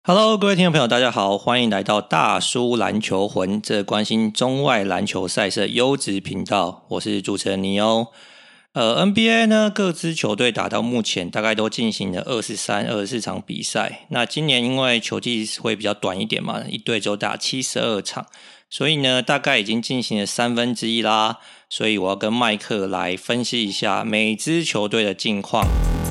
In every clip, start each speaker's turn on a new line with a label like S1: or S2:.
S1: Hello，各位听众朋友，大家好，欢迎来到大叔篮球魂，这关心中外篮球赛事优质频道。我是主持人尼欧。NBA 呢，各支球队打到目前大概都进行了23、24场比赛。那今年因为球季会比较短一点嘛，一队只有打72场，所以呢，大概已经进行了1/3啦。所以我要跟麦克来分析一下每支球队的近况。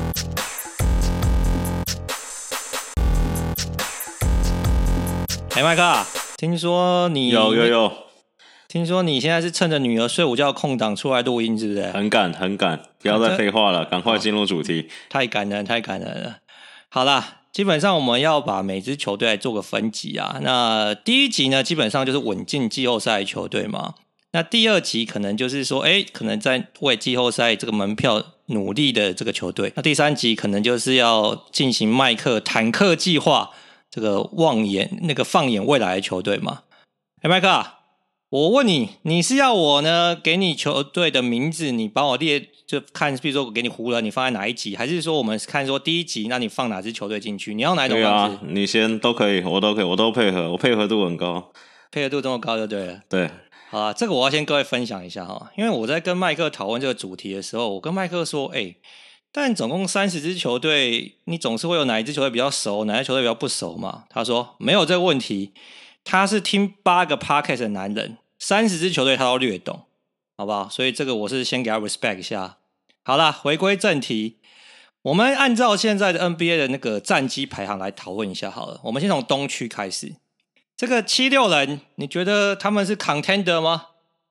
S1: 麦克，听说你
S2: 有，
S1: 听说你现在是趁着女儿睡午觉空档出来录音，是不是？
S2: 很赶，不要再废话了，赶快进入主题。
S1: 太感人了。好啦，基本上我们要把每支球队来做个分级啊。那第一集呢，基本上就是稳进季后赛的球队嘛。那第二集可能就是说，可能在为季后赛这个门票努力的这个球队。那第三集可能就是要进行麦克坦克计划。这个放眼未来的球队嘛。麦克啊，我问你，你是要我呢给你球队的名字，你帮我列，就看比如说我给你胡了，你放在哪一集，还是说我们看说第一集，那你放哪支球队进去？你要哪一种方式？
S2: 对啊，你先都可以，我都可以，我都配合，我配合度很高。
S1: 配合度这么高就对了。
S2: 对，
S1: 好啊，这个我要先各位分享一下哈，因为我在跟麦克讨论这个主题的时候，我跟麦克说，但总共30支球队，你总是会有哪一支球队比较熟，哪一支球队比较不熟嘛？他说没有这个问题，他是听8个 podcast 的男人，30支球队他都略懂，好不好？所以这个我是先给他 respect 一下。好啦，回归正题，我们按照现在的 NBA 的那个战绩排行来讨论一下好了。我们先从东区开始，这个76人，你觉得他们是 contender 吗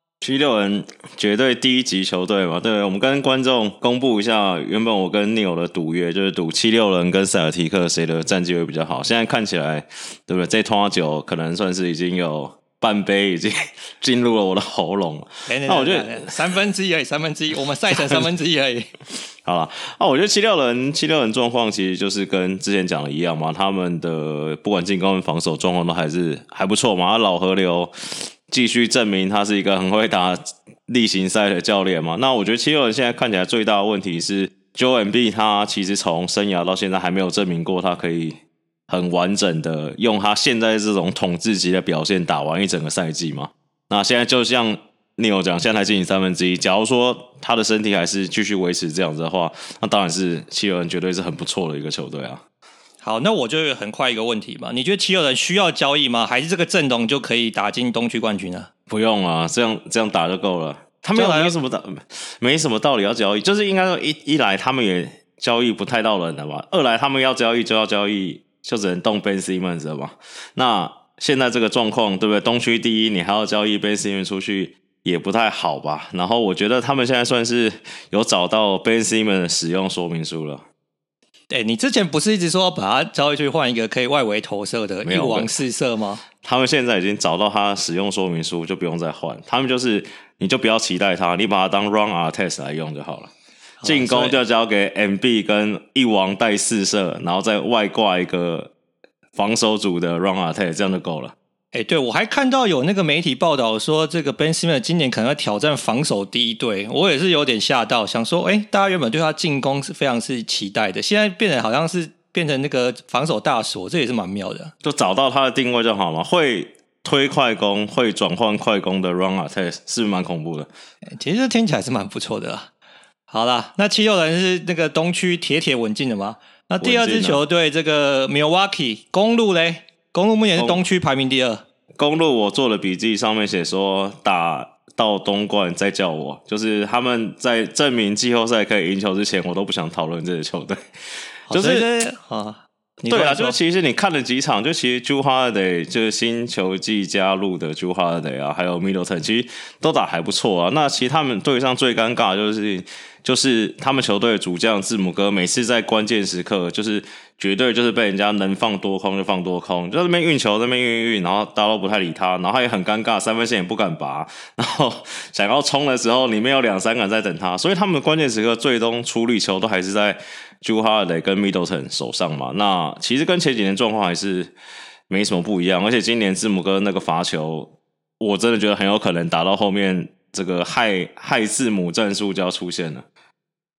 S2: ？76人绝对第一级球队嘛，对，我们跟观众公布一下，原本我跟 Neil 的赌约就是赌76人跟塞尔提克谁的战绩会比较好。现在看起来，对不对？这拖酒可能算是已经有半杯已经进入了我的喉咙了。
S1: 那我觉得1/3而已，1/3，我们赛程1/3而已。
S2: 好了，我觉得76人状况其实就是跟之前讲的一样嘛，他们的不管进攻跟防守状况都还不错嘛。老河流继续证明他是一个很会打例行赛的教练嘛。那我觉得76人现在看起来最大的问题是 Joel Embiid 他其实从生涯到现在还没有证明过他可以很完整的用他现在这种统治级的表现打完一整个赛季嘛。那现在就像Neil 讲，现在才进行1/3，假如说他的身体还是继续维持这样子的话，那当然是76人绝对是很不错的一个球队啊。
S1: 好，那我就很快一个问题嘛，你觉得76人需要交易吗？还是这个阵容就可以打进东区冠军呢？
S2: 不用啊，这样打就够了。他们没什么道理要交易，就是应该说一来他们也交易不太到人了吧，二来他们要交易就只能动 Ben Simmons 了嘛。那现在这个状况，对不对？东区第一，你还要交易 Ben Simmons 出去，也不太好吧。然后我觉得他们现在算是有找到 Ben Simmons 的使用说明书了。
S1: 你之前不是一直说要把它交易去换一个可以外围投射的一网四射吗？
S2: 他们现在已经找到他使用说明书，就不用再换。他们就是你就不要期待他，你把它当 run Artest 来用就好了。进攻就交给 MB 跟一王带四射，然后再外挂一个防守组的 run Artest， 这样就够了。
S1: 对，我还看到有那个媒体报道说，这个 Ben Simmons 今年可能要挑战防守第一队，我也是有点吓到，想说，大家原本对他进攻是非常期待的，现在变得好像是变成那个防守大锁，这也是蛮妙的。
S2: 就找到他的定位就好嘛，会推快攻、会转换快攻的 run Artest 是蛮恐怖的。
S1: 其实听起来是蛮不错的啦。好啦，那76人是那个东区铁稳进的吗？那第二支球队这个 Milwaukee 公鹿嘞？公鹿目前是东区排名第2。
S2: 公鹿我做的笔记上面写说，打到东冠再叫我，就是他们在证明季后赛可以赢球之前，我都不想讨论这支球队。就是对啊，就是其实你看了几场，就其实 Jrue Holiday 就是新球季加入的 Jrue Holiday 啊，还有 Middleton 其实都打还不错啊。那其实他们队上最尴尬的就是他们球队的主将字母哥每次在关键时刻就是绝对就是被人家能放多空就放多空，就在那边运球在那边运，然后大家都不太理他，然后他也很尴尬，三分线也不敢拔，然后想要冲的时候里面有2-3个人在等他，所以他们的关键时刻最终出力球都还是在 Jrue Holiday 跟 Middleton 手上嘛。那其实跟前几年状况还是没什么不一样，而且今年字母哥那个罚球，我真的觉得很有可能打到后面这个害字母战术就要出现了。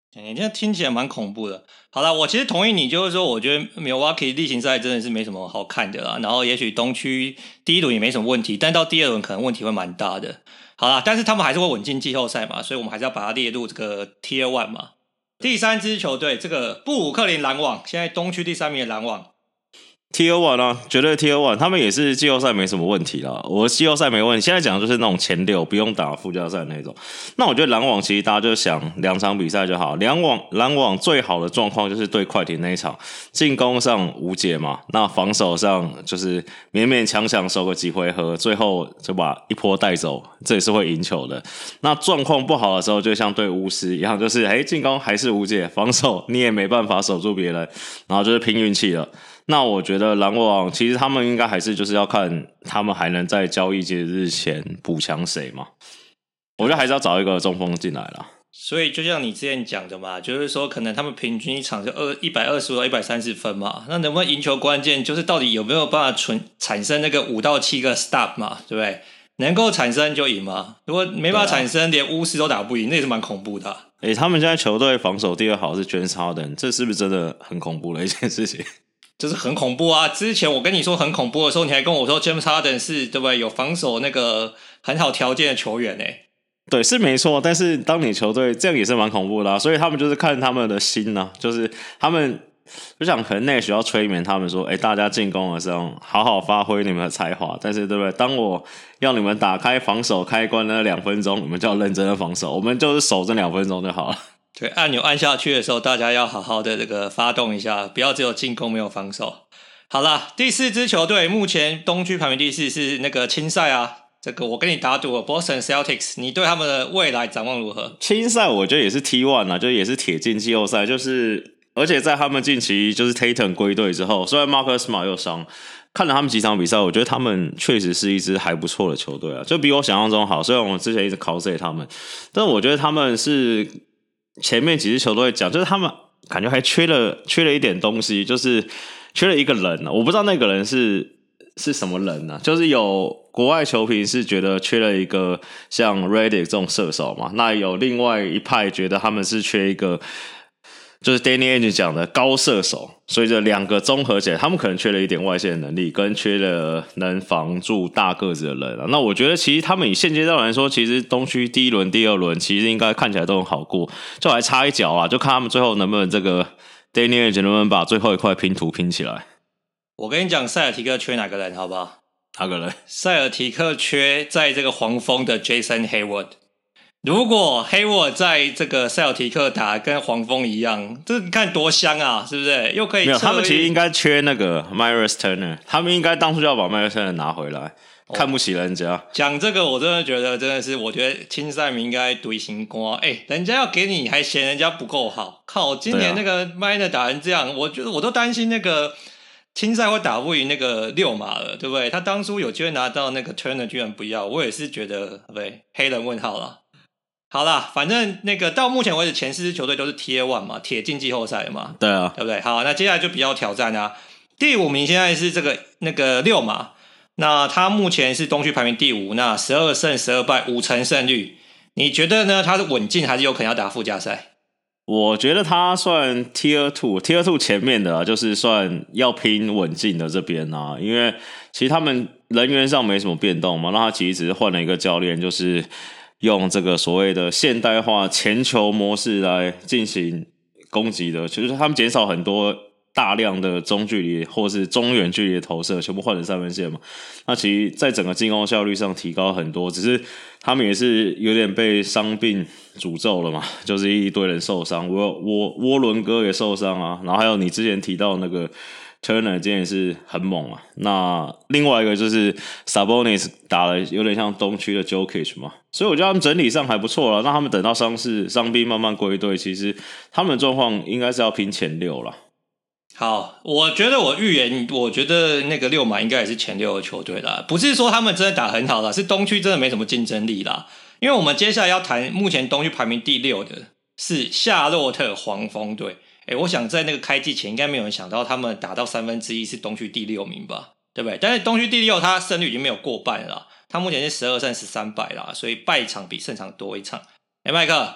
S1: 你这样听起来蛮恐怖的。好啦，我其实同意你，就是说，我觉得 Milwaukee 例行赛真的是没什么好看的啦。然后也许东区第一轮也没什么问题，但到第二轮可能问题会蛮大的。好啦，但是他们还是会稳进季后赛嘛，所以我们还是要把它列入这个 Tier 1嘛。第三支球队，这个布鲁克林篮网，现在东区第3名的篮网。
S2: Tier 1啊，绝对 Tier 1，他们也是季后赛没什么问题啦。我季后赛没问题，现在讲的就是那种前6不用打附加赛那种。那我觉得篮网其实大家就想2场比赛就好。篮网最好的状况就是对快艇那一场，进攻上无解嘛，那防守上就是勉勉强强守个几回合，最后就把一波带走，这也是会赢球的。那状况不好的时候，就像对巫师一样，就是进攻还是无解，防守你也没办法守住别人，然后就是拼运气了。那我觉得篮网其实他们应该还是就是要看他们还能在交易截止日前补强谁嘛，我觉得还是要找一个中锋进来啦。
S1: 所以就像你之前讲的嘛，就是说可能他们平均一场就125到130分嘛，那能不能赢球关键就是到底有没有办法产生那个5到7个 stop 嘛，对不对？能够产生就赢嘛，如果没办法产生，连巫师都打不赢，那也是蛮恐怖的啊。
S2: 他们现在球队防守第2好是 James Harden， 这是不是真的很恐怖的一件事情？
S1: 就是很恐怖啊！之前我跟你说很恐怖的时候，你还跟我说 James Harden 是对不对？有防守那个很好条件的球员
S2: 对，是没错。但是当你球队这样也是蛮恐怖的啊，所以他们就是看他们的心啊，就是他们就想可能Nash要催眠他们说，大家进攻的时候好好发挥你们的才华，但是对不对？当我要你们打开防守开关那2分钟，你们就要认真的防守，我们就是守这2分钟就好了。
S1: 对，按钮按下去的时候，大家要好好的这个发动一下，不要只有进攻没有防守。好啦，第4支球队目前东区排名第4是那个青赛啊，这个我跟你打赌 Boston Celtics， 你对他们的未来展望如何？
S2: 青赛我觉得也是 T1 啊，就也是铁进季后赛，就是而且在他们近期就是 Tatum 归队之后，虽然 Marcus Smart 又伤，看了他们几场比赛，我觉得他们确实是一支还不错的球队啊，就比我想象中好。虽然我之前一直 cos 他们，但我觉得他们是前面几支球队讲，就是他们感觉还缺了一点东西，就是缺了一个人啊，我不知道那个人是什么人啊，就是有国外球评是觉得缺了一个像 Redick 这种射手嘛，那有另外一派觉得他们是缺一个就是 Danny Ainge 讲的高射手，所以这2个综合起来，他们可能缺了一点外线的能力，跟缺了能防住大个子的人啊。那我觉得其实他们以现阶段来说，其实东区第1轮、第2轮其实应该看起来都很好过，就还差一脚啊，就看他们最后能不能这个 Danny Ainge 能不能把最后一块拼图拼起来。
S1: 我跟你讲，塞尔提克缺哪个人好不好？
S2: 哪个人？
S1: 塞尔提克缺在这个黄蜂的 Jason Hayward。如果 Hayward 在这个塞尔提克打跟黄蜂一样，这你看多香啊，是不是？又可以
S2: 没有，他们其实应该缺那个 Myles Turner， 他们应该当初就要把 Myles Turner 拿回来，看不起人家。
S1: 讲这个我真的觉得真的是，我觉得青赛民应该怼心瓜，人家要给你还嫌人家不够好，靠！今年那个 Miner 打成这样，我觉得我都担心那个青赛会打不赢那个6马了，对不对？他当初有机会拿到那个 Turner 居然不要，我也是觉得对黑人问号了。好啦，反正那个到目前为止前4支球队都是 Tier 1嘛，铁进季后赛嘛，
S2: 对啊，
S1: 对不对？好，那接下来就比较挑战啊。第5名现在是这个那个6马，那他目前是东区排名第5，那12胜12败5成胜率，你觉得呢？他是稳进还是有可能要打附加赛？
S2: 我觉得他算 Tier 2前面的就是算要拼稳进的这边啊，因为其实他们人员上没什么变动嘛，那他其实只是换了一个教练，就是用这个所谓的现代化前球模式来进行攻击的，就是他们减少很多大量的中距离或是中远距离的投射，全部换成3分线嘛。那其实在整个进攻效率上提高很多，只是他们也是有点被伤病诅咒了嘛，就是一堆人受伤，沃伦哥也受伤啊，然后还有你之前提到那个Turner 今天也是很猛啊，那另外一个就是 Sabonis 打了有点像东区的 Jokic 嘛，所以我觉得他们整体上还不错啦，让他们等到伤病慢慢归队，其实他们的状况应该是要拼前6啦。
S1: 好，我觉得我预言，我觉得那个6马应该也是前6的球队啦，不是说他们真的打很好啦，是东区真的没什么竞争力啦。因为我们接下来要谈目前东区排名第6的是夏洛特黄蜂队。我想在那个开季前应该没有人想到他们打到1/3是东区第6名吧，对不对？但是东区第6他胜率已经没有过半了啦，他目前是12胜13败啦，所以败场比胜场多一场。麦克，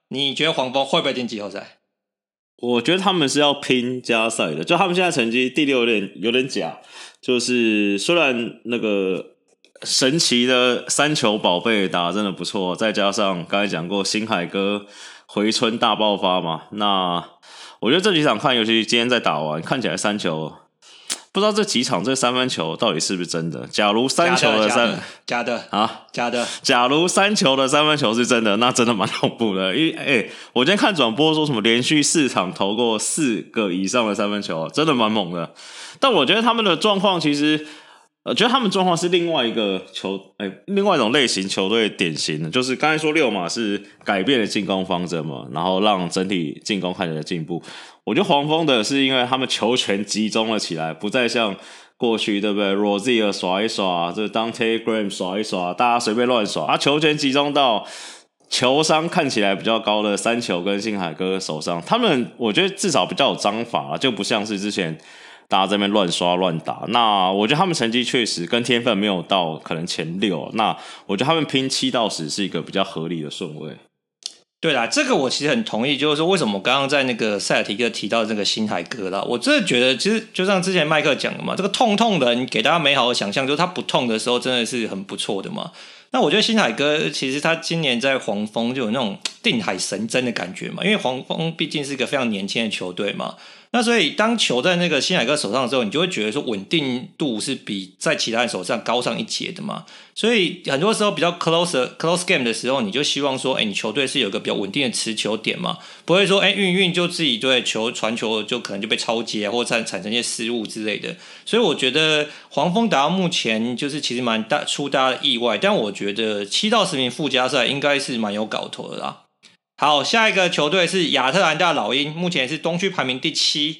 S1: 你觉得黄蜂会不会进季后赛？
S2: 我觉得他们是要拼加赛的，就他们现在成绩第六有点假，就是虽然那个神奇的三球宝贝打得真的不错，再加上刚才讲过星海哥回春大爆发嘛，那我觉得这几场看，尤其今天在打完，看起来三球不知道这几场这三分球到底是不是真的。假如三球的
S1: 假的
S2: 啊，
S1: 假的。
S2: 假如三球的三分球是真的，那真的蛮恐怖的。因为我今天看转播说什么连续4场投过4个以上的三分球，真的蛮猛的。但我觉得他们的状况其实。我觉得他们状况是另外一个另外一种类型球队典型的，就是刚才说六马是改变了进攻方针嘛，然后让整体进攻看起来进步。我觉得黄蜂的是因为他们球权集中了起来，不再像过去对不对 Rozier 耍一耍，这 Dante Graham 耍一耍，大家随便乱耍，球权集中到球商看起来比较高的三球跟星海哥手上，他们我觉得至少比较有章法，就不像是之前大家这边乱刷乱打。那我觉得他们成绩确实跟天分没有到可能前6，那我觉得他们拼7到10是一个比较合理的顺位。
S1: 对啦，这个我其实很同意，就是说为什么我刚刚在那个塞尔提克提到这个星海哥啦，我真的觉得其实就像之前麦克讲的嘛，这个痛人给大家美好的想象，就是他不痛的时候真的是很不错的嘛。那我觉得星海哥其实他今年在黄蜂就有那种定海神针的感觉嘛，因为黄蜂毕竟是一个非常年轻的球队嘛。那所以当球在那个星海哥手上的时候，你就会觉得说稳定度是比在其他人手上高上一截的嘛。所以很多时候比较 close game 的时候，你就希望说，你球队是有一个比较稳定的持球点嘛，不会说运就自己对球传球就可能就被抄截或者产生一些失误之类的。所以我觉得黄蜂打到目前就是其实蛮出大家的意外，但我觉得7到10名附加赛应该是蛮有搞头的啦。好，下一个球队是亚特兰大老鹰，目前是东区排名第7。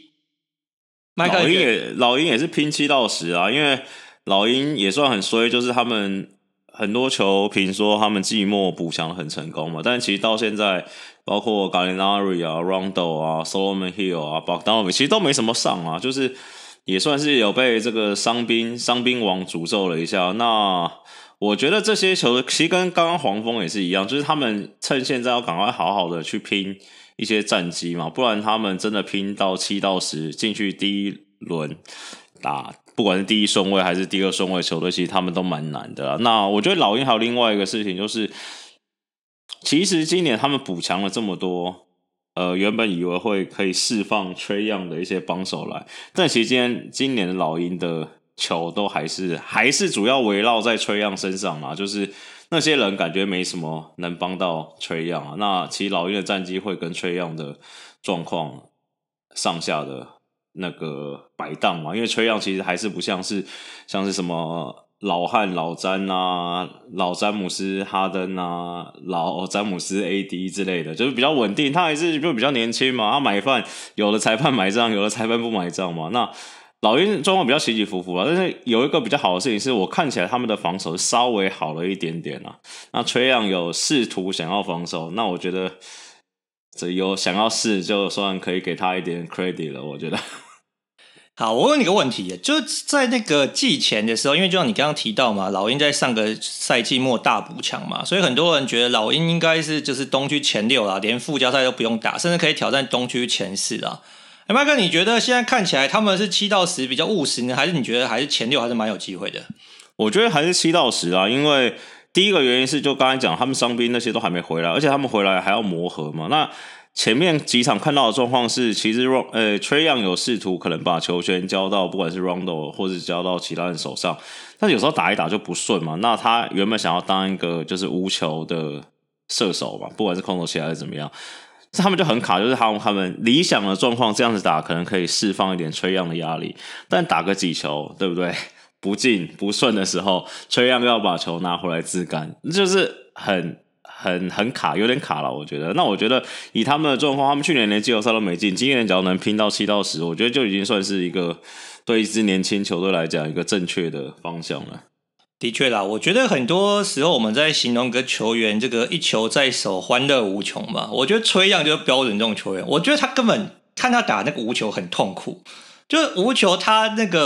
S2: 老鹰也是拼7到10啊，因为老鹰也算很衰，就是他们很多球评说他们季末补强很成功嘛，但其实到现在，包括 Gallinari 啊、Rondo 啊、Solomon Hill 啊、Bogdanovic 其实都没什么上啊，就是也算是有被这个伤兵王诅咒了一下。那我觉得这些球其实跟刚刚黄蜂也是一样，就是他们趁现在要赶快好好的去拼一些战绩嘛，不然他们真的拼到7到10进去第一轮打，不管是第1顺位还是第2顺位球队，其实他们都蛮难的啦。那我觉得老鹰还有另外一个事情就是，其实今年他们补强了这么多，原本以为会可以释放Trae Young的一些帮手来，但其实今年的老鹰的球都还是主要围绕在Trae Young身上嘛，就是那些人感觉没什么能帮到Trae Young啊。那其实老鹰的战绩会跟Trae Young的状况上下的那个摆荡嘛，因为Trae Young其实还是不像是什么老汉老詹啊、老詹姆斯哈登啊、老詹姆斯 AD 之类的，就是比较稳定，他还是就比较年轻嘛，他买饭有的裁判买账，有的裁判不买账嘛。那老鹰状况比较起起伏伏啦，但是有一个比较好的事情是，我看起来他们的防守稍微好了一点点啦。那Trae Young有试图想要防守，那我觉得这有想要试，就算可以给他一点 credit 了，我觉得。
S1: 好，我问你个问题，就是在那个季前的时候，因为就像你刚刚提到嘛，老鹰在上个赛季末大补强嘛，所以很多人觉得老鹰应该是就是东区前6啦，连附加赛都不用打，甚至可以挑战东区前4啦。麦克，你觉得现在看起来他们是7到10比较务实呢，还是你觉得还是前6还是蛮有机会的？
S2: 我觉得还是7到10啊，因为第一个原因是就刚才讲，他们伤兵那些都还没回来，而且他们回来还要磨合嘛。那前面几场看到的状况是，其实Trae Young 有试图可能把球权交到不管是 Rondo 或是交到其他人手上，但是有时候打一打就不顺嘛。那他原本想要当一个就是无球的射手嘛，不管是空手起来还是怎么样。他们就很卡，就是他们理想的状况这样子打，可能可以释放一点Trae Young的压力，但打个几球，对不对？不进不顺的时候，Trae Young要把球拿回来自干，就是很卡，有点卡了，我觉得。那我觉得以他们的状况，他们去年连季后赛都没进，今年只要能拼到7到10，我觉得就已经算是一个对一支年轻球队来讲一个正确的方向了。
S1: 的确啦，我觉得很多时候我们在形容一个球员这个一球在手欢乐无穷嘛，我觉得Trae Young就是标准这种球员。我觉得他根本看他打那个无球很痛苦，就是无球他那个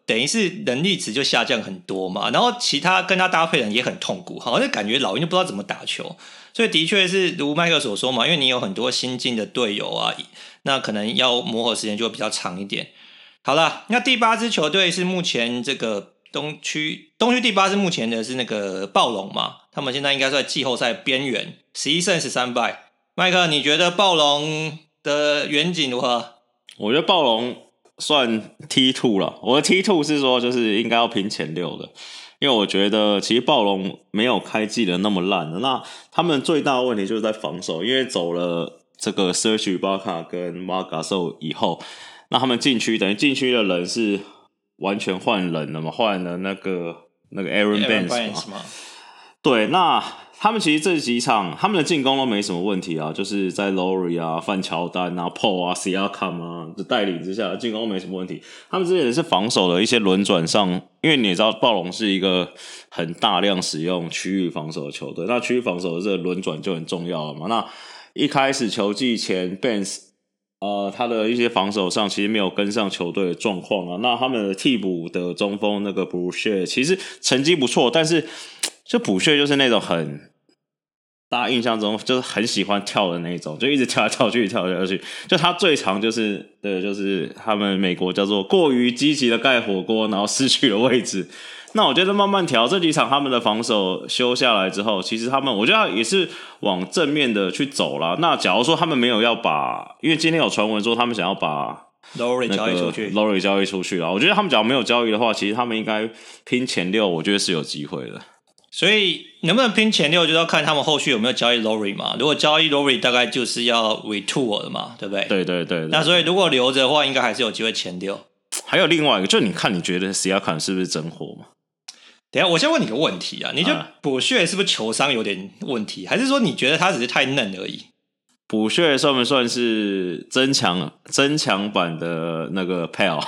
S1: 等于是能力值就下降很多嘛，然后其他跟他搭配的人也很痛苦，好像感觉老鹰就不知道怎么打球，所以的确是如麦克所说嘛，因为你有很多新进的队友啊，那可能要磨合时间就会比较长一点。好啦，那第8支球队是目前这个东区第8是目前的是那个暴龙嘛，他们现在应该是在季后赛边缘，11胜13败。麦克，你觉得暴龙的远景如何？
S2: 我觉得暴龙算 T2 了，我的 T2 是说就是应该要拼前6的，因为我觉得其实暴龙没有开季的那么烂的，那他们最大的问题就是在防守，因为走了这个 Serge Ibaka 跟 Marc Gasol 以后，那他们禁区等于禁区的人是完全换人了嘛，换了那个 Aaron Baines 嘛，对，那他们其实这几场他们的进攻都没什么问题啊，就是在 Lowry 啊、范乔丹啊、Paul 啊、Siakam 啊的带领之下，进攻没什么问题。他们之前是防守的一些轮转上，因为你也知道暴龙是一个很大量使用区域防守的球队，那区域防守的这个轮转就很重要了嘛。那一开始球季前 Baines他的一些防守上其实没有跟上球队的状况啊。那他们的替补的中锋那个 Boucher 其实成绩不错，但是就Boucher就是那种很大家印象中就是很喜欢跳的那种，就一直跳来跳去跳来跳去，就他最常就是他们美国叫做过于积极的盖火锅，然后失去了位置。那我觉得慢慢调，这几场他们的防守修下来之后，其实他们我觉得也是往正面的去走啦。那假如说他们没有要把，因为今天有传闻说他们想要把
S1: Lowry 交易出去
S2: ，Lowry 交易出去啦。我觉得他们假如没有交易的话，其实他们应该拼前6，我觉得是有机会的。
S1: 所以能不能拼前6，就要看他们后续有没有交易 Lowry 嘛。如果交易 Lowry，大概就是要 retool 了嘛，对不对？
S2: 对。
S1: 那所以如果留着的话，应该还是有机会前6。
S2: 还有另外一个，就你看，你觉得 Siakam 是不是真货嘛？
S1: 等一下，我先问你个问题啊，你觉得Boucher是不是球商有点问题，还是说你觉得他只是太嫩而已
S2: ？Boucher算不算是增强版的那个 Pale？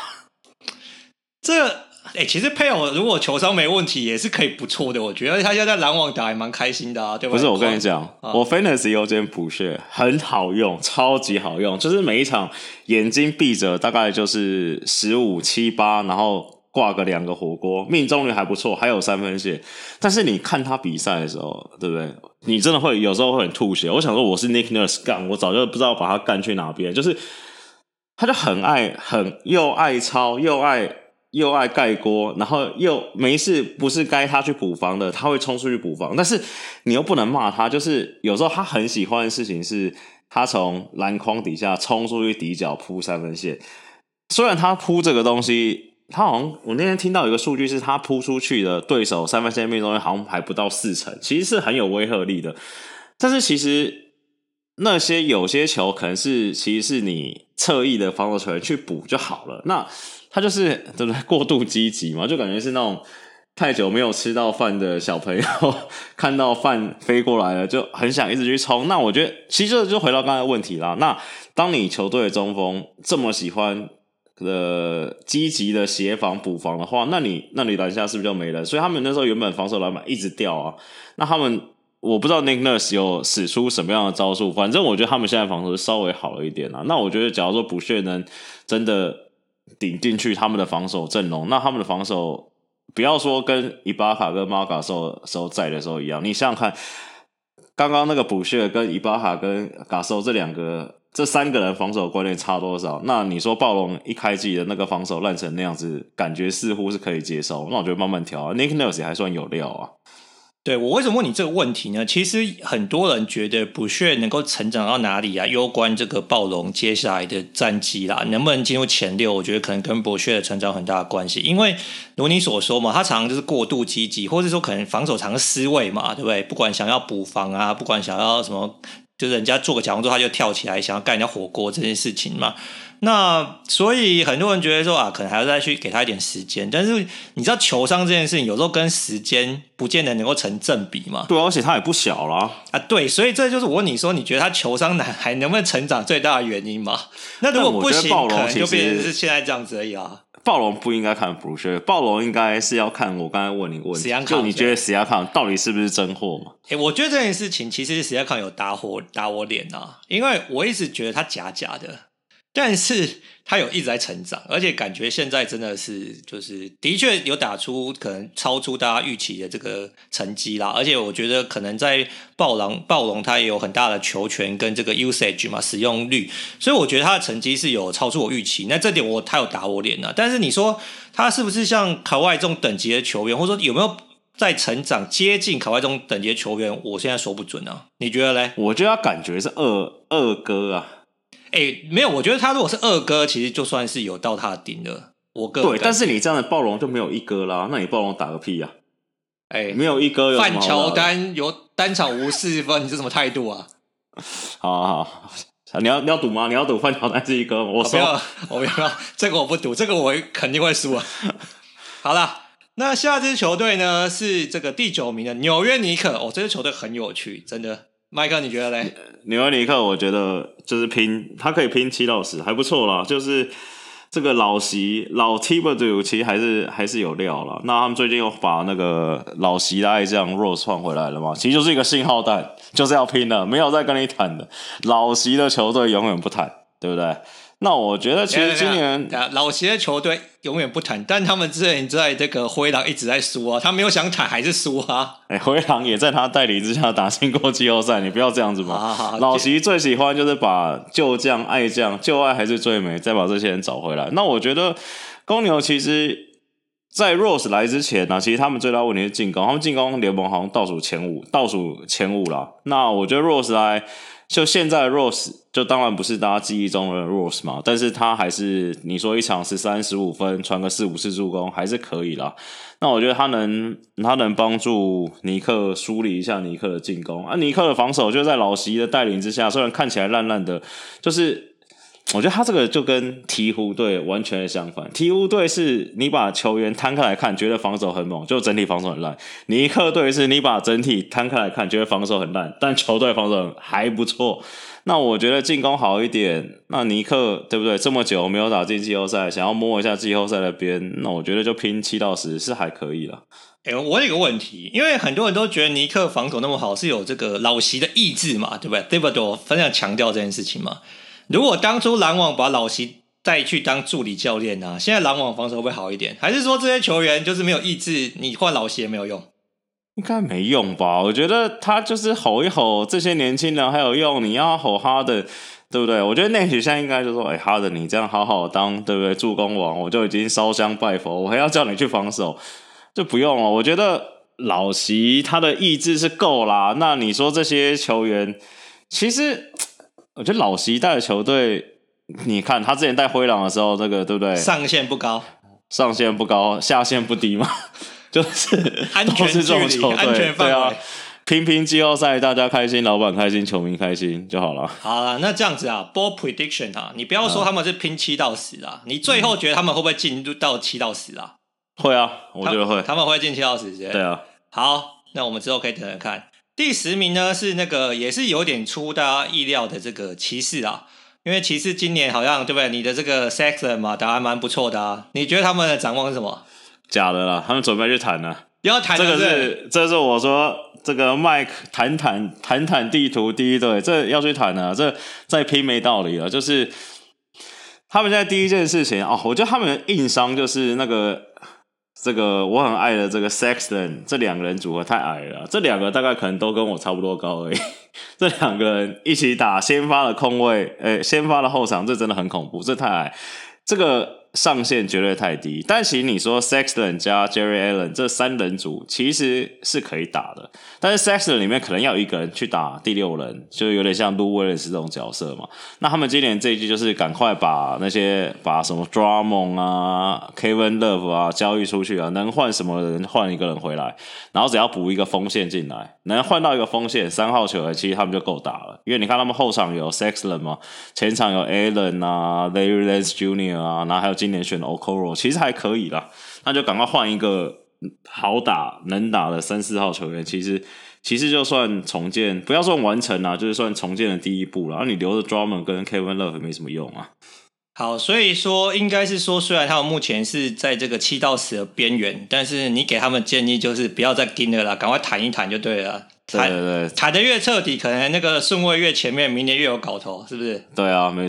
S1: 其实Pale 如果球商没问题也是可以不错的，我觉得他现在在篮网打还蛮开心的啊，对吧？
S2: 不是，我跟你讲，我 Fantasy 有间Boucher很好用，超级好用，就是每一场眼睛闭着大概就是15、7、8，然后挂个2个火锅，命中率还不错，还有3分线。但是你看他比赛的时候，对不对？你真的会有时候会很吐血。我想说，我是 Nick Nurse 干，我早就不知道把他干去哪边。就是他就很又爱抄又爱盖锅，然后又没事不是该他去补防的，他会冲出去补防。但是你又不能骂他，就是有时候他很喜欢的事情是，他从篮筐底下冲出去底角扑3分线。虽然他扑这个东西，他好像我那天听到有一个数据是他扑出去的对手3分线命中率好像还不到40%，其实是很有威慑力的。但是其实那些有些球可能是其实是你侧翼的防守球员去补就好了。那他就是对不对过度积极嘛，就感觉是那种太久没有吃到饭的小朋友，看到饭飞过来了就很想一直去冲。那我觉得其实就回到刚才的问题啦。那当你球队的中锋这么喜欢积极的协防补防的话，那你篮下是不是就没人？所以他们那时候原本防守篮板一直掉啊。那他们我不知道 Nick Nurse 有使出什么样的招数，反正我觉得他们现在防守稍微好了一点啊。那我觉得假如说Boucher能真的顶进去他们的防守阵容，那他们的防守不要说跟伊巴卡跟马卡时候在的时候一样，你想想看，刚刚那个Boucher跟伊巴卡跟卡索这3个人防守观念差多少？那你说暴龙一开季的那个防守烂成那样子，感觉似乎是可以接受。那我觉得慢慢调啊 ，Nick Nurse 也还算有料啊。
S1: 对，我为什么问你这个问题呢？其实很多人觉得Boucher能够成长到哪里啊，攸关这个暴龙接下来的战绩啦，能不能进入前6，我觉得可能跟Boucher的成长很大的关系。因为如你所说嘛，他常常就是过度积极，或者说可能防守常失位嘛，对不对？不管想要补防啊，不管想要什么，就是人家做个假动作他就跳起来想要盖人家火锅这件事情嘛。那所以很多人觉得说啊，可能还要再去给他一点时间，但是你知道球商这件事情有时候跟时间不见得能够成正比嘛。
S2: 对，而且他也不小啦。
S1: 啊，对，所以这就是我问你说，你觉得他球商还能不能成长最大的原因嘛？那如果不行，可能就变成是现在这样子而已啊。
S2: 暴龙不应该看Boucher，暴龙应该是要看我刚才问你个问题，就你觉得Siakam到底是不是真货嘛？
S1: 我觉得这件事情其实Siakam有打我脸啊，因为我一直觉得他假的。 但是他有一直在成长，而且感觉现在真的是就是的确有打出可能超出大家预期的这个成绩啦，而且我觉得可能在暴龙他也有很大的球权跟这个 usage 嘛，使用率，所以我觉得他的成绩是有超出我预期，那这点他有打我脸啊。但是你说他是不是像卡外这种等级的球员，或者说有没有在成长接近卡外这种等级的球员，我现在说不准啊，你觉得嘞？
S2: 我觉得他感觉是二哥啊。
S1: 没有，我觉得他如果是二哥，其实就算是有到他的顶了。
S2: 对，但是你这样的暴龙就没有一哥啦，那你暴龙打个屁啊！没有一哥有什么好打的？
S1: 范乔丹有单场无4分，你这什么态度啊？
S2: 好，你要赌吗？你要赌范乔丹是一哥？我说
S1: 我没有，这个我不赌，这个我肯定会输啊。好啦，那下支球队呢是这个第9名的纽约尼克。这支球队很有趣，真的。麦克，你觉得嘞？
S2: 纽约尼克，我觉得就是他可以拼7到10，还不错啦。就是这个老 Thibodeau 其实还是有料啦。那他们最近又把那个老席的爱将 Rose 换回来了嘛，其实就是一个信号弹，就是要拼了，没有再跟你谈的。老席的球队永远不谈，对不对？那我觉得其实今年
S1: 老席的球队永远不谈，但他们之前在这个灰狼一直在输啊，他没有想谈还是输啊。
S2: 灰狼也在他带领之下打进过季后赛，你不要这样子嘛。老席最喜欢就是把旧将爱将，旧爱还是最美，再把这些人找回来。那我觉得公牛其实在 Rose 来之前呢，其实他们最大问题是进攻，他们进攻联盟好像倒数前五啦。那我觉得 Rose 来。就现在的 Rose 就当然不是大家记忆中的 Rose 嘛，但是他还是你说一场13-15分传个4-5次助攻还是可以啦。那我觉得他能帮助尼克梳理一下尼克的进攻啊，尼克的防守就在老席的带领之下，虽然看起来烂烂的，就是我觉得他这个就跟鹈鹕队完全的相反。鹈鹕队是你把球员摊开来看，觉得防守很猛，就整体防守很烂。尼克队是你把整体摊开来看，觉得防守很烂，但球队防守还不错。那我觉得进攻好一点，那尼克对不对？这么久没有打进季后赛，想要摸一下季后赛的边，那我觉得就拼7到10是还可以啦。
S1: 我有一个问题，因为很多人都觉得尼克防守那么好，是有这个老席的意志嘛，对不对 ？Thibodeau 非常强调这件事情嘛。如果当初篮网把老席带去当助理教练啊，现在篮网防守会不会好一点？还是说这些球员就是没有意志，你换老席也没有用？
S2: 应该没用吧？我觉得他就是吼一吼这些年轻人还有用，你要吼哈的，对不对？我觉得内许现在应该就说，哈的你这样好好当，对不对？助攻王我就已经烧香拜佛，我还要叫你去防守，就不用了。我觉得老席他的意志是够啦。那你说这些球员，其实我觉得老席带的球队，你看他之前带灰狼的时候，这个对不对？
S1: 上限不高，
S2: 下限不低嘛。就是
S1: 安全距离、安全范围，
S2: 对啊，拼季后赛，大家开心，老板开心，球迷开心就好了。
S1: 好了，那这样子啊 ，ball prediction 啊，你不要说他们是拼7到10啊，你最后觉得他们会不会进入到7到10啊？
S2: 会啊，我觉得会，
S1: 他们会进7到10，
S2: 对啊。
S1: 好，那我们之后可以等等看。第10名呢是那个也是有点出大家意料的这个骑士啊，因为骑士今年好像对不对？你的这个 Sexton 嘛打还蛮不错的啊，你觉得他们的展望是什么？
S2: 假的啦，他们准备去谈了。
S1: 要谈
S2: 这是我说这个 Mike 谈地图第一队，这要去谈了，这再拼没道理了。就是他们现在第一件事情哦，我觉得他们的硬伤就是这个我很爱的这个 Sexton， 这两个人组合太矮了，这两个大概可能都跟我差不多高而已。这两个人一起打先发的空位，先发的后场，这真的很恐怖，这太矮。这个上限绝对太低，但其实你说 Sexton 加 Jerry Allen 这3人组其实是可以打的，但是 Sexton 里面可能要有一个人去打第6人，就有点像 Lou Williams 这种角色嘛。那他们今年这一季就是赶快把什么 Drummond 啊 Kevin Love 啊交易出去啊，能换什么人换一个人回来，然后只要补一个锋线进来，能换到一个锋线3号球员，其实他们就够打了。因为你看他们后场有 Sexton 嘛，前场有 Allen 啊 Larry Nance Jr. 啊，然后还有今年选的 Okoro， 其实还可以啦。那就赶快换一个好打能打的3-4号球员，其实就算重建，不要算完成啦，就是算重建的第一步啦。然后你留着 Drummond 跟 Kevin Love 没什么用啊。
S1: 好，所以说应该是说，虽然他们目前是在这个7到10的边缘，但是你给他们建议就是不要再盯了啦，赶快谈一谈就对了。
S2: 对，
S1: 谈得越彻底，可能那个顺位越前面，明年越有搞头，是不是？
S2: 对啊，没错。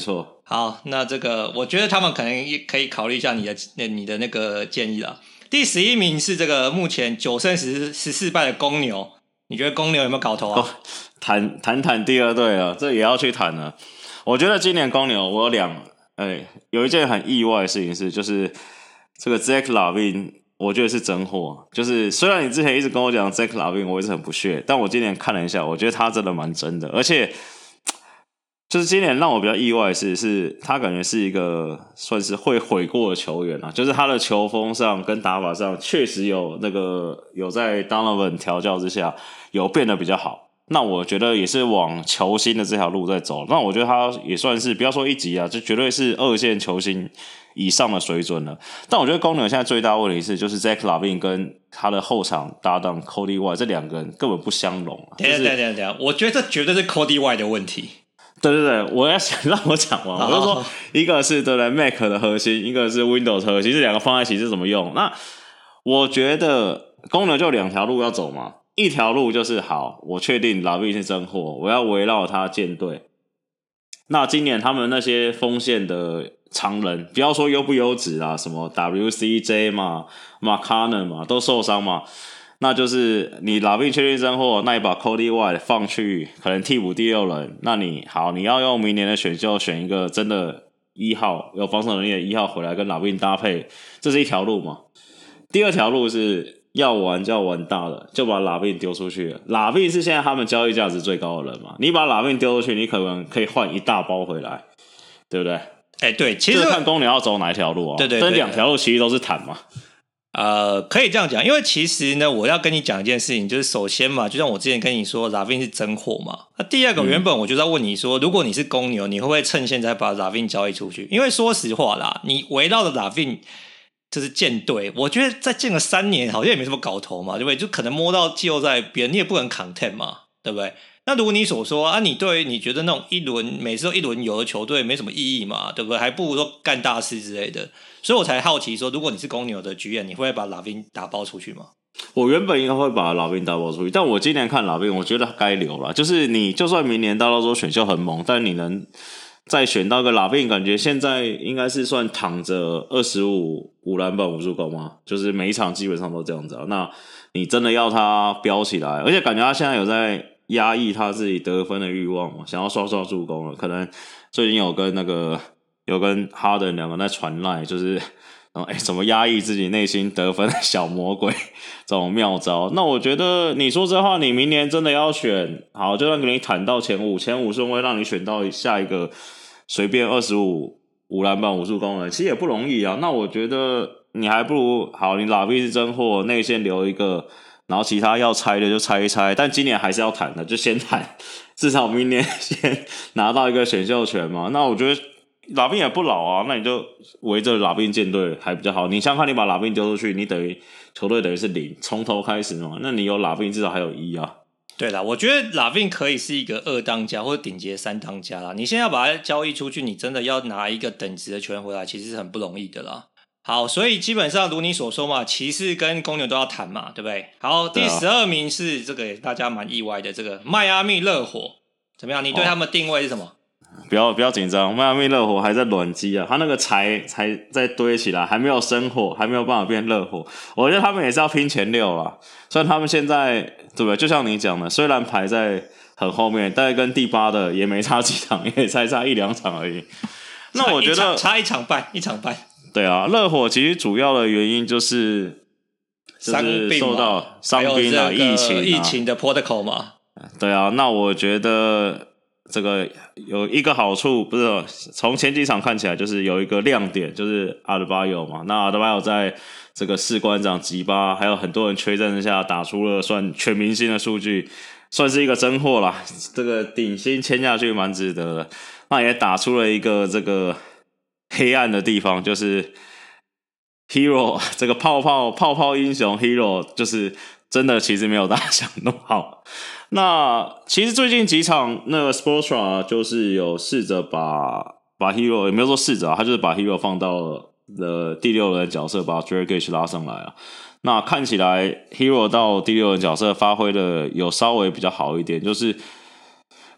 S1: 好，那这个我觉得他们可能也可以考虑一下你的那个建议啦。第11名是这个目前9胜14败的公牛，你觉得公牛有没有搞头啊？
S2: 谈第二队了，这也要去谈了。我觉得今年公牛我有一件很意外的事情是，就是这个 Zach LaVine， 我觉得是真货。就是虽然你之前一直跟我讲 Zach LaVine， 我一直很不屑，但我今年看了一下，我觉得他真的蛮真的，而且。就是今年让我比较意外的是他感觉是一个算是会悔过的球员啊，就是他的球风上跟打法上确实有在 Donovan 调教之下有变得比较好。那我觉得也是往球星的这条路在走。那我觉得他也算是不要说一级啊，就绝对是2线球星以上的水准了。但我觉得公牛现在最大问题是，就是 Zach LaVine 跟他的后场搭档 Cody White 这两个人根本不相容啊。
S1: 等一下，我觉得这绝对是 Cody White 的问题。
S2: 对，我要想让我讲完，我就说一个是对不对 Mac 的核心，一个是 Windows 核心，这两个放在一起是怎么用？那我觉得公牛就2条路要走嘛，一条路就是好，我确定 LaVine 是真货，我要围绕他建队。那今年他们那些锋线的常人，不要说优不优质啦，什么 WCJ 嘛 ，McConnell 嘛，都受伤嘛。那就是你LaVine确定真货，那你把 Cody White 放去可能替补第6人，那你要用明年的选秀选一个真的1号有防守能力的1号回来跟LaVine搭配，这是一条路嘛。第2条路是要玩大的，就把LaVine丢出去了。LaVine 是现在他们交易价值最高的人嘛，你把LaVine丢出去，你可能可以换一大包回来，对不对？
S1: 对，其实
S2: 就是看公牛要走哪一条路啊。
S1: 对，
S2: 这2条路其实都是谈嘛。
S1: 可以这样讲，因为其实呢，我要跟你讲一件事情，就是首先嘛，就像我之前跟你说 LaVine 是真货嘛。那第二个，原本我就在问你说，如果你是公牛，你会不会趁现在把 LaVine 交易出去？因为说实话啦，你围绕着 LaVine 就是建队，我觉得再建个3年，好像也没什么搞头嘛，对不对？就可能摸到季后赛，别人你也不能 content 嘛，对不对？那如果你所说啊，你觉得那种每次都一轮游的球队没什么意义嘛，对不对？还不如说干大事之类的。所以我才好奇说，如果你是公牛的GM，你会不会把 LaVine 打包出去吗？
S2: 我原本应该会把 LaVine 打包出去，但我今年看 LaVine， 我觉得该留了。就是你就算明年到时候选秀很猛，但你能再选到一个 LaVine， 感觉现在应该是算躺着25篮板5助攻嘛，就是每一场基本上都这样子啊。那你真的要他飙起来，而且感觉他现在有在压抑他自己得分的欲望嘛，想要刷助攻了。可能最近有跟哈登2个在传赖，就是怎么压抑自己内心得分的小魔鬼这种妙招。那我觉得你说这话，你明年真的要选好，就算给你谈到前5顺位，让你选到下一个随便25篮板5助攻的人，其实也不容易啊。那我觉得你还不如好，你LaVine是真货，内线留一个，然后其他要拆的就拆一拆，但今年还是要谈的，就先谈，至少明年先拿到一个选秀权嘛。那我觉得LaVine也不老啊，那你就围着LaVine建队还比较好。你想看你把LaVine丢出去，你球队等于是0，从头开始嘛。那你有LaVine至少还有1啊。
S1: 对啦，我觉得LaVine可以是一个2当家或者顶级3当家啦。你现在要把它交易出去，你真的要拿一个等值的球员回来，其实是很不容易的啦。好，所以基本上如你所说嘛，骑士跟公牛都要谈嘛，对不对？好，第12名是这个大家蛮意外的，这个迈阿密热火怎么样？你对他们定位是什么？
S2: 不要紧张，迈阿密热火还在卵机啊，他那个才在堆起来，还没有生火，还没有办法变热火。我觉得他们也是要拼前6啦，虽然他们现在对不对？就像你讲的，虽然排在很后面，但跟第8的也没差几场，也才差1-2场而已。那我觉得
S1: 差一场半。
S2: 对啊，热火其实主要的原因就是受到伤兵啊、
S1: 疫情的 protocol 嘛。
S2: 对啊，那我觉得这个有一个好处，不是从前几场看起来就是有一个亮点，就是阿德巴约嘛。那阿德巴约在这个士官长吉巴还有很多人缺阵之下，打出了算全明星的数据，算是一个真货啦。这个顶薪签下去蛮值得的。那也打出了一个这个黑暗的地方，就是 Hero 这个泡泡英雄 Hero， 就是真的其实没有大家想那么好。那其实最近几场那个 Spoelstra 就是有试着把 Hero， 也没有说试着啊，他就是把 Hero 放到了第6人角色，把 Jared Gage 拉上来啊。那看起来 Hero 到第6人角色发挥的有稍微比较好一点，就是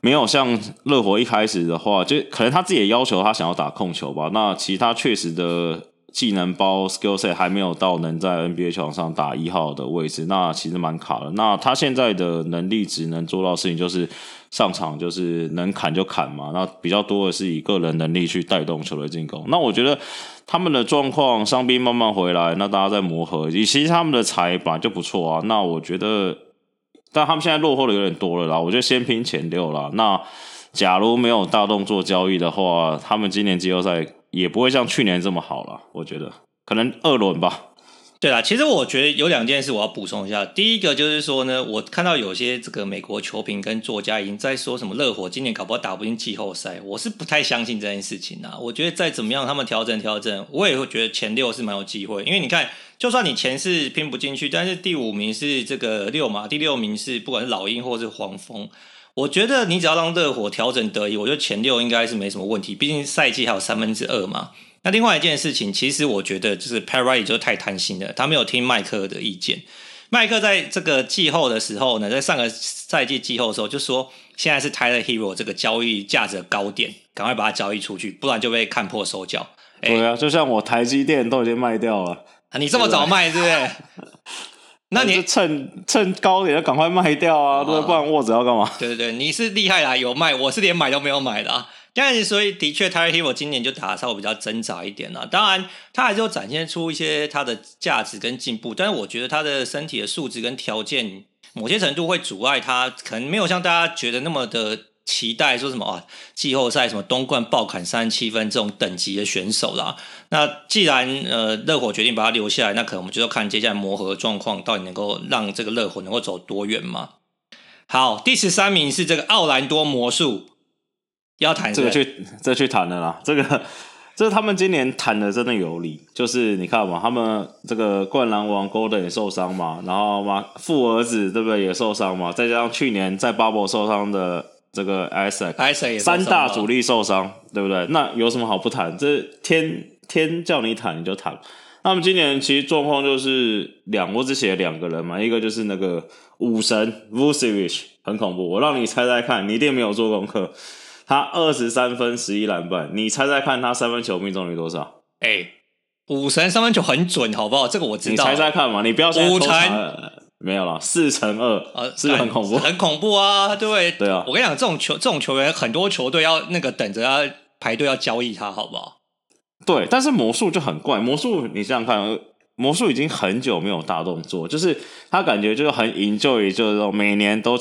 S2: 没有像热火一开始的话，就可能他自己也要求他想要打控球吧。那其他确实的技能包 skill set 还没有到能在 NBA 球场上打1号的位置，那其实蛮卡的。那他现在的能力只能做到的事情就是上场就是能砍就砍嘛，那比较多的是以个人能力去带动球队进攻。那我觉得他们的状况，伤兵慢慢回来，那大家在磨合，其实他们的才本来就不错啊。那我觉得，但他们现在落后的有点多了啦，我觉得先拼前6啦。那假如没有大动作交易的话，他们今年季后赛也不会像去年这么好啦，我觉得可能2轮吧。
S1: 对啦，其实我觉得有2件事我要补充一下。第一个就是说呢，我看到有些这个美国球评跟作家已经在说什么热火今年搞不好打不进季后赛，我是不太相信这件事情啊。我觉得再怎么样他们调整，我也会觉得前6是蛮有机会。因为你看，就算你前4拼不进去，但是第5名是这个6嘛，第6名是不管是老鹰或是黄蜂。我觉得你只要让热火调整得宜，我觉得前6应该是没什么问题，毕竟赛季还有2/3嘛。那另外一件事情，其实我觉得就是 Pat Riley 就太贪心了，他没有听麦克的意见。麦克在这个季后的时候呢，在上个赛季季后的时候就说，现在是 Tyler Hero 这个交易价值的高点，赶快把它交易出去，不然就被看破手脚。
S2: 对啊，就像我台积电都已经卖掉了，
S1: 你这么早卖，对不对？那你
S2: 趁高点就赶快卖掉啊，对，不然握着要干嘛？
S1: 对对对，你是厉害啦，有卖，我是连买都没有买的啊。但所以的确 Tyler Hero 今年就打得稍微比较挣扎一点啦。当然他还是有展现出一些他的价值跟进步，但是我觉得他的身体的素质跟条件某些程度会阻碍他，可能没有像大家觉得那么的期待说什么季后赛什么东冠爆砍37分这种等级的选手啦。那既然热火决定把他留下来，那可能我们就要看接下来磨合的状况到底能够让这个热火能够走多远嘛。好，第13名是这个奥兰多魔术。要谈
S2: 这去谈了啦，这他们今年谈的真的有理，就是你看嘛，他们这个灌篮王 Golden 也受伤嘛，然后嘛副儿子对不对也受伤嘛，再加上去年在 Bubble 受伤的这个 Isaac
S1: 也受伤
S2: 3大主力受伤，对不对？那有什么好不谈？这天叫你谈你就谈。那么今年其实状况就是我只写了2个人嘛，一个就是那个武神 Vucevic 很恐怖，我让你猜猜看，你一定没有做功课。他23分11篮板，你猜猜看他3分球命中率多少？
S1: 武神3分球很准，好不好？这个我知道。
S2: 你猜猜看嘛，你不要现在
S1: 5成
S2: 没有啦，4×2，是不是很恐怖？
S1: 很恐怖啊，对不对？
S2: 对啊，
S1: 我跟你讲，这种球员很多球队要那个等着要排队要交易他，好不好？
S2: 对，但是魔术就很怪，魔术你想想看。魔术已经很久没有大动作，就是他感觉就是很enjoy，就是说每年都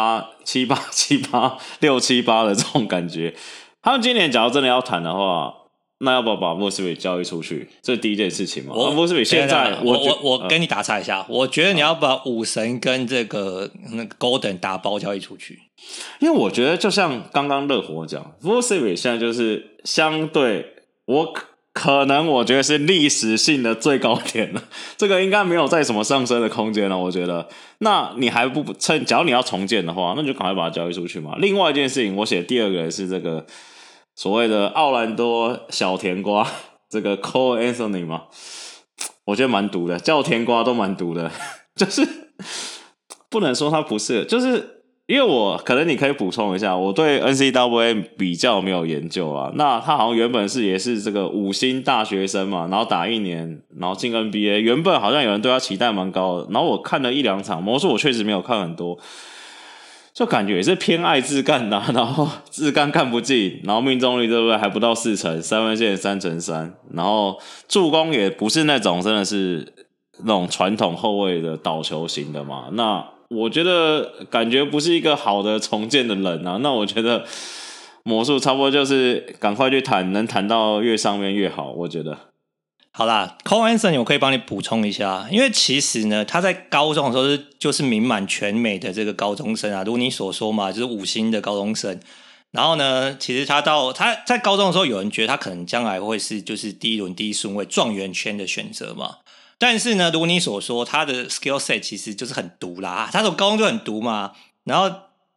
S2: 7-8、6-7-8的这种感觉。他们今年假如真的要谈的话，那要不要把 Vucevic 交易出去？这是第一件事情嘛。Vucevic 现在
S1: 我跟你打岔一下，我觉得你要把武神跟这个那个 Golden 打包交易出去，
S2: 因为我觉得就像刚刚热火讲 ，Vucevic 现在就是相对可能我觉得是历史性的最高点了，这个应该没有再什么上升的空间了。我觉得，那你还不趁，假如你要重建的话，那就赶快把它交易出去嘛。另外一件事情，我写第2个是这个所谓的奥兰多小甜瓜，这个 Cole Anthony 嘛，我觉得蛮毒的，叫甜瓜都蛮毒的，就是不能说他不是，就是。因为可能你可以补充一下，我对 NCAA 比较没有研究啦。那他好像原本也是这个5星大学生嘛，然后打1年，然后进 NBA， 原本好像有人对他期待蛮高的。然后我看了1-2场魔术，我确实没有看很多，就感觉也是偏爱自干的，然后自干干不进，然后命中率对不对还不到4成，3分线3×3，然后助攻也不是那种真的是那种传统后卫的倒球型的嘛，那。我觉得感觉不是一个好的重建的人啊，那我觉得魔术差不多就是赶快去谈，能谈到越上面越好，我觉得。
S1: 好啦 Cole Anthony 我可以帮你补充一下，因为其实呢他在高中的时候就是名满全美的这个高中生啊，如你所说嘛，就是5星的高中生。然后呢，其实他在高中的时候，有人觉得他可能将来会是就是第1轮第1顺位状元签的选择嘛。但是呢，如你所说，他的 skill set 其实就是很毒啦，他从高中就很毒嘛。然后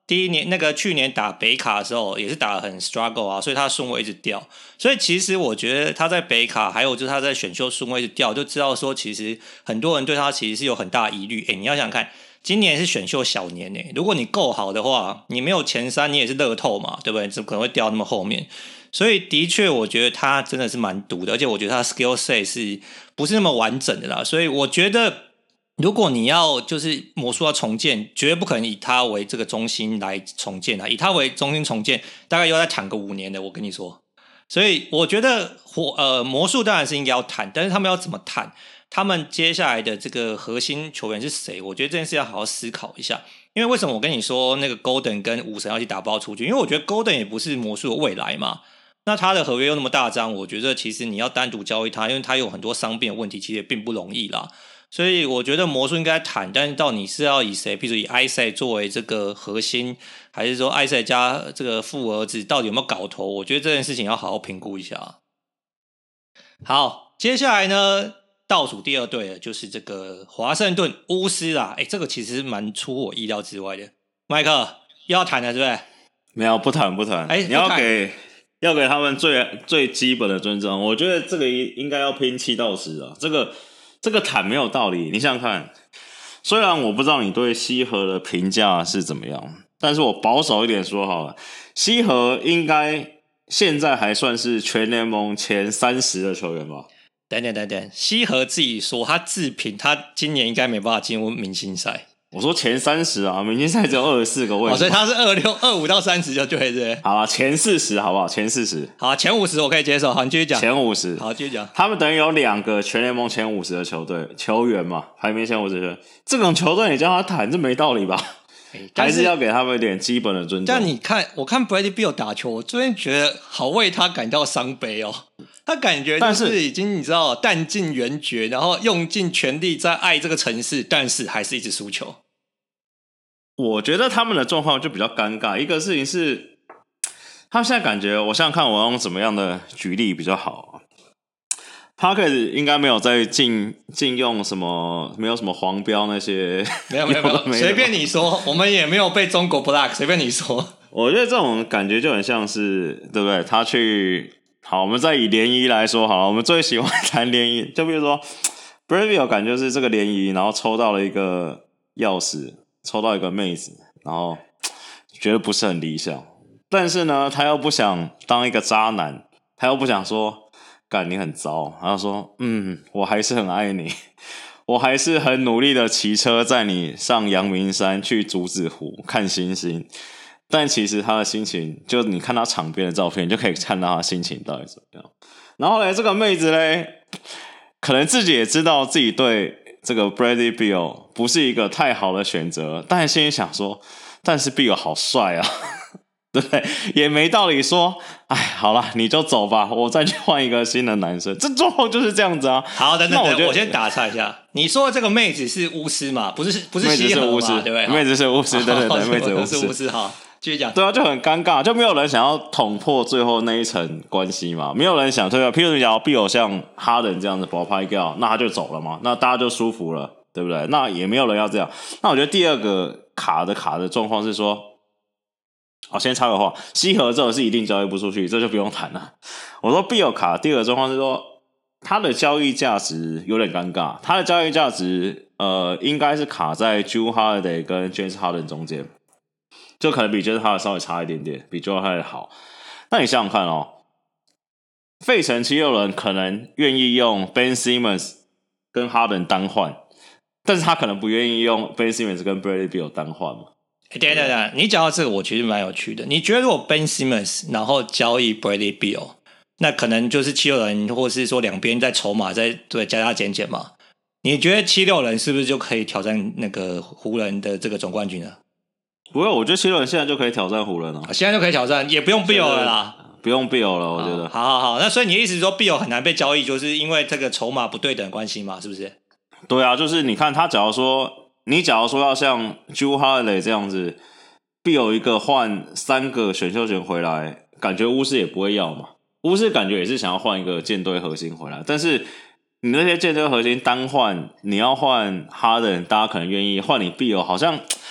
S1: 第一年去年打北卡的时候也是打得很 struggle 啊，所以他顺位一直掉。所以其实我觉得他在北卡，还有就是他在选秀顺位一直掉，就知道说其实很多人对他其实是有很大疑虑。你要想想看，今年是选秀小年如果你够好的话，你没有前3，你也是乐透嘛，对不对？怎么可能会掉那么后面？所以的确，我觉得他真的是蛮毒的，而且我觉得他 skill set 是不是那么完整的啦？所以我觉得，如果你要就是魔术要重建，绝对不可能以他为这个中心来重建啊！以他为中心重建，大概又要再谈个5年的，我跟你说。所以我觉得魔术当然是应该要谈，但是他们要怎么谈？他们接下来的这个核心球员是谁？我觉得这件事要好好思考一下。因为为什么我跟你说那个 Golden 跟武神要去打包出去？因为我觉得 Golden 也不是魔术的未来嘛。那他的合约又那么大张，我觉得其实你要单独交易他，因为他有很多伤病的问题，其实也并不容易啦。所以我觉得魔术应该谈，但是到底是要以谁，譬如以 Isaac 作为这个核心，还是说 Isaac 加这个副儿子到底有没有搞头？我觉得这件事情要好好评估一下。好，接下来呢，倒数第2队的就是这个华盛顿巫师啦。这个其实蛮出我意料之外的。麦克要谈了，是不是？
S2: 没有，不谈。你要给他们最基本的尊重。我觉得这个应该要拼7到10啊。这个谈没有道理。你想想看，虽然我不知道你对西河的评价是怎么样，但是我保守一点说好了，西河应该现在还算是全联盟前30的球员吧。
S1: 等，西河自己说他自评，他今年应该没办法进入明星赛。
S2: 我说前30啊，明星赛只有24个位置，
S1: 所以他是25到30就对，是不是？
S2: 好啦，前40好不好？前40，
S1: 好，前50我可以接受。好，你继续讲。
S2: 前50，
S1: 好，继续讲。
S2: 他们等于有2个全联盟前50的球员嘛，排名前50球员，这种球队你叫他谈，这没道理吧？还是要给他们一点基本的尊重。
S1: 但你看，我看 Bradley Beal 打球，我昨天觉得好为他感到伤悲哦。他感觉就是已经你知道弹尽援绝，然后用尽全力在爱这个城市，但是还是一直输球。
S2: 我觉得他们的状况就比较尴尬。一个事情是，他们现在感觉，我想想看，我用怎么样的举例比较好。Parker 应该没有在禁用什么，没有什么黄标那些，
S1: 没有，随便你说，我们也没有被中国 block， 随便你说。
S2: 我觉得这种感觉就很像是，对不对？他去。好，我们再以联谊来说好了，我们最喜欢谈联谊，就比如说 Bravio 感觉是这个联谊，然后抽到了一个钥匙，抽到一个妹子，然后觉得不是很理想，但是呢，他又不想当一个渣男，他又不想说干你很糟，他就说我还是很爱你，我还是很努力的骑车载你上阳明山去竹子湖看星星。但其实他的心情，就你看他场边的照片，你就可以看到他心情到底怎么样。然后呢，这个妹子呢，可能自己也知道自己对这个 Bradley Beal 不是一个太好的选择，但心里想说，但是 Beal 好帅啊，对不对？也没道理说，哎，好了，你就走吧，我再去换一个新的男生。这状况就是这样子啊。
S1: 好，等，我先打岔一下，你说的这个妹子是巫师嘛？不是西河嘛？对不对？
S2: 妹子是巫师，对，妹子
S1: 是巫师，好。继续讲。
S2: 对啊，就很尴尬，就没有人想要捅破最后那一层关系嘛，没有人想对吧？譬如你讲Beal像哈登这样子把拍掉，那他就走了嘛，那大家就舒服了，对不对？那也没有人要这样。那我觉得第二个卡的状况是说，好，先插个话，西河这种是一定交易不出去，这就不用谈了。我说Beal卡第二个状况是说，他的交易价值有点尴尬，他的交易价值应该是卡在 Jrue Holiday 跟 James Harden 中间。就可能比 James Harden 稍微差一点点，比 Jrue Holiday 好。那你想想看哦，费城76人可能愿意用 Ben Simmons 跟 Harden 单换，但是他可能不愿意用 Ben Simmons 跟 Bradley Beal 单换嘛。
S1: 等，你讲到这个，我其实蛮有趣的。你觉得如果 Ben Simmons 然后交易 Bradley Beal，那可能就是76人，或是说两边在筹码再对加减嘛？你觉得76人是不是就可以挑战那个湖人的这个总冠军了？
S2: 不用，我觉得76人现在就可以挑战湖人了。
S1: 现在就可以挑战，也不用 Beal 了啦。
S2: 不用 Beal 了，我觉得。
S1: 好，那所以你的意思是说 Beal 很难被交易，就是因为这个筹码不对等的关系嘛？是不是？
S2: 对啊，就是你看他，假如说要像 Jrue Holiday 这样子 ，Beal 一个换3个选秀权回来，感觉巫师也不会要嘛。巫师感觉也是想要换一个舰队核心回来，但是你那些舰队核心单换，你要换 Harden， 大家可能愿意换你 Beal， 好像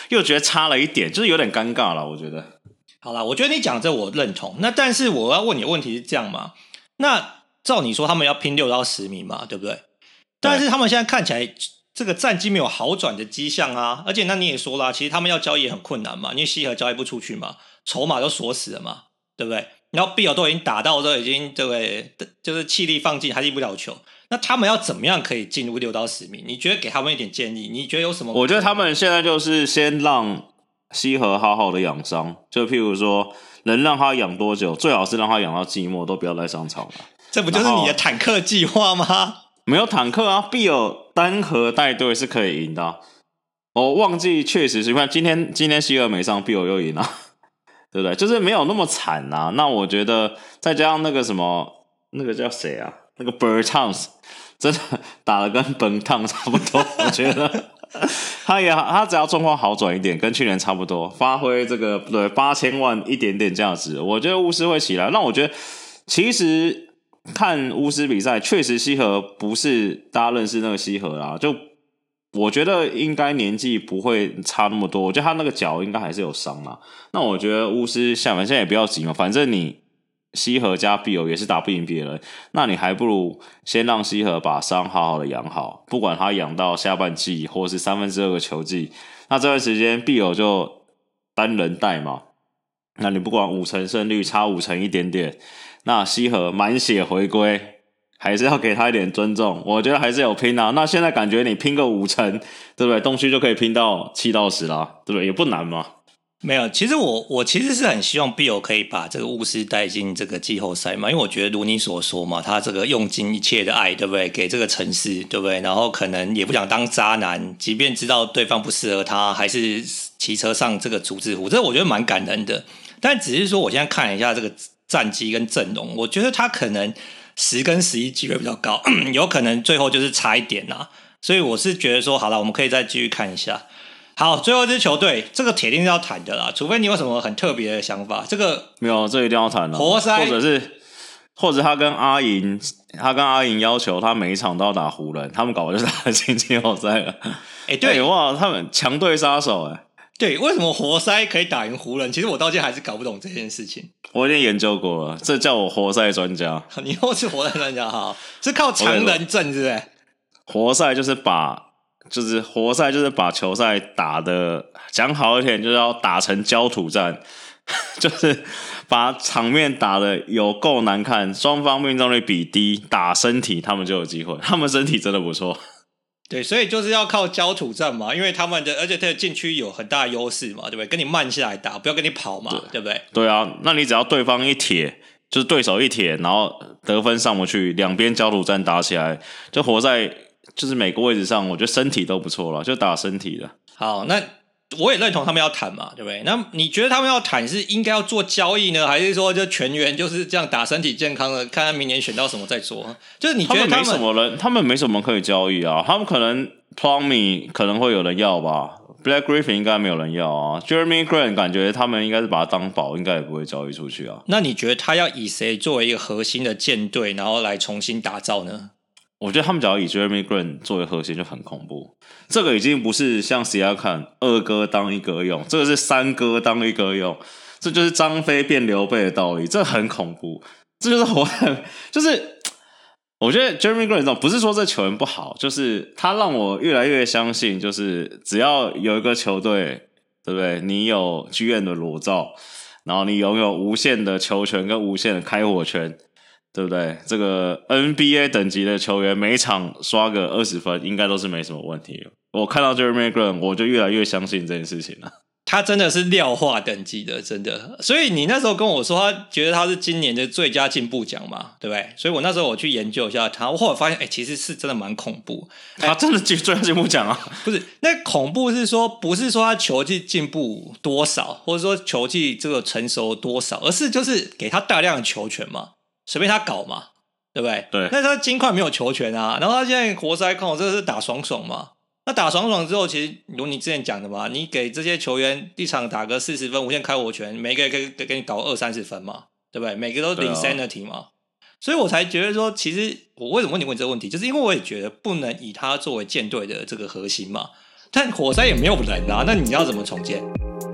S2: 又觉得差了一点，就是有点尴尬了，我觉得。
S1: 好啦，我觉得你讲这我认同。那但是我要问你的问题是这样嘛？那照你说他们要拼6到10名嘛，对不对？但是他们现在看起来这个战绩没有好转的迹象啊，而且那你也说啦，其实他们要交易也很困难嘛，因为西河交易不出去嘛，筹码都锁死了嘛，对不对？然后 Bill 都已经打到这已经这个就是气力放尽还进不了球，那他们要怎么样可以进入6到10名？你觉得给他们一点建议？你觉得有什么？
S2: 我觉得他们现在就是先让西河好好的养伤，就譬如说能让他养多久，最好是让他养到季末都不要再上场了。
S1: 这不就是你的坦克计划吗？
S2: 没有坦克啊，必有单核带队是可以赢的啊。我忘记确实是，你看今天西河没上，必有又赢了。对不对？就是没有那么惨啊。那我觉得再加上那个什么，那个叫谁啊？那个 Bertans 真的打得跟本烫差不多。我觉得他只要状况好转一点，跟去年差不多，发挥这个对8000万一点点价值，我觉得巫师会起来。那我觉得其实看巫师比赛，确实西河不是大家认识那个西河啦，就。我觉得应该年纪不会差那么多，我觉得他那个脚应该还是有伤啦。那我觉得巫师现在也不要急嘛，反正你西河加必友也是打不赢别人，那你还不如先让西河把伤好好的养好，不管他养到下半季或是2/3个球季，那这段时间必友就单人带嘛，那你不管50%胜率差50%一点点，那西河满血回归。还是要给他一点尊重，我觉得还是有拼啊。那现在感觉你拼个50%，对不对？东区就可以拼到7到10啦，对不对？也不难嘛。
S1: 没有，其实我其实是很希望 Bill 可以把这个巫师带进这个季后赛嘛，因为我觉得如你所说嘛，他这个用尽一切的爱，对不对？给这个城市，对不对？然后可能也不想当渣男，即便知道对方不适合他，还是骑车上这个竹子湖，这我觉得蛮感人的。但只是说，我现在看了一下这个战绩跟阵容，我觉得他可能10跟11机会比较高，有可能最后就是差一点啦。所以我是觉得说，好了，我们可以再继续看一下。好，最后一支球队，这个铁定是要谈的啦，除非你有什么很特别的想法。这个
S2: 没有，这一定要谈了。
S1: 活塞，
S2: 或者他跟阿银要求他每一场都要打湖人，他们搞不好就打进季后赛了。
S1: 对，
S2: 哇，他们强队杀手
S1: 对，为什么活塞可以打赢湖人？其实我到现在还是搞不懂这件事情。
S2: 我已经研究过了，这叫我活塞专家。
S1: 你又是活塞专家哈？是靠常人阵是不是？
S2: 活塞就是把球赛打的讲好一点，就是要打成焦土战，就是把场面打的有够难看，双方命中率比低，打身体他们就有机会，他们身体真的不错。
S1: 对，所以就是要靠焦土战嘛，因为他们的而且他的禁区有很大的优势嘛，对不对？跟你慢下来打，不要跟你跑嘛， 对不对？
S2: 对啊，那你只要对方一铁，就是对手一铁，然后得分上不去，两边焦土战打起来，就活在就是每个位置上，我觉得身体都不错了，就打身体的。
S1: 好，那我也认同他们要谈嘛，对不对？那你觉得他们要谈是应该要做交易呢，还是说就全员就是这样打身体健康的，看看明年选到什么再说？就是你觉得
S2: 他们没什么人，他们没什么可以交易啊，他们可能 Plumlee 可能会有人要吧。Black Griffin 应该没有人要啊 ，Jeremy Grant 感觉他们应该是把他当宝，应该也不会交易出去啊。
S1: 那你觉得他要以谁作为一个核心的舰队，然后来重新打造呢？
S2: 我觉得他们只要以 Jeremy Grant 作为核心就很恐怖，这个已经不是像谁要看2哥当1哥用，这个是3哥当1哥用，这就是张飞变刘备的道理，这很恐怖，这就是就是我觉得 Jeremy Grant 不是说这球员不好，就是他让我越来越相信，就是只要有一个球队，对不对？你有 GM 的裸照，然后你拥有无限的球权跟无限的开火权。对不对？这个 NBA 等级的球员每一场刷个20分，应该都是没什么问题。我看到 Jeremy Grant， 我就越来越相信这件事情了。
S1: 他真的是廖化等级的，真的。所以你那时候跟我说，他觉得他是今年的最佳进步奖嘛，对不对？所以我那时候我去研究一下他，我后来发现，其实是真的蛮恐怖。
S2: 他真的最佳进步奖啊？
S1: 不是，那恐怖是说，不是说他球技进步多少，或者说球技这个成熟多少，而是就是给他大量的球权嘛。随便他搞嘛，对不对？
S2: 对。
S1: 那他金块没有球权啊，然后他现在活塞控，这个是打爽爽嘛。那打爽爽之后，其实如你之前讲的嘛，你给这些球员一场打个40分，无限开火权，每个人可以给你搞20-30分嘛，对不对？每个都零 sanity 嘛。所以我才觉得说，其实我为什么问你这个问题，就是因为我也觉得不能以他作为舰队的这个核心嘛。 但活塞也没有人啊，那你要怎么重建？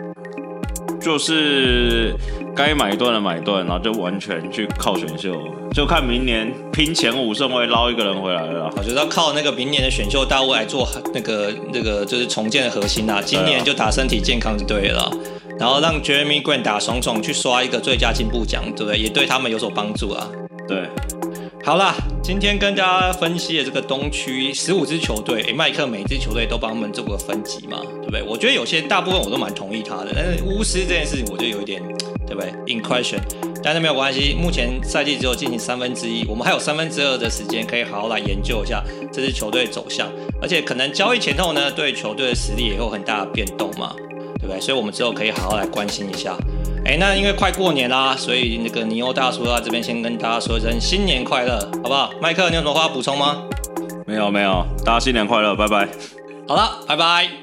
S2: 就是该买断的买断，然后就完全去靠选秀，就看明年拼前5顺位捞一个人回来了。
S1: 我觉得要靠那个明年的选秀大物来做那个就是重建的核心啊。今年就打身体健康就对了，然后让 Jeremy Grant 打爽爽去刷一个最佳进步奖，对不对？也对他们有所帮助啊。
S2: 对。
S1: 好啦，今天跟大家分析的这个东区15支球队，麦克每支球队都帮他们做个分级嘛，对不对？我觉得有些大部分我都蛮同意他的，但是巫师这件事情我就有一点，对不对 ？in question， 但是没有关系，目前赛季只有进行1/3，我们还有2/3的时间可以好好来研究一下这支球队走向，而且可能交易前后呢，对球队的实力也有很大的变动嘛，对不对？所以我们之后可以好好来关心一下。那因为快过年啦，所以那个尼欧大叔在这边先跟大家说一声新年快乐，好不好？麦克，你有什么话要补充吗？
S2: 没有，大家新年快乐，拜拜。
S1: 好了，拜拜。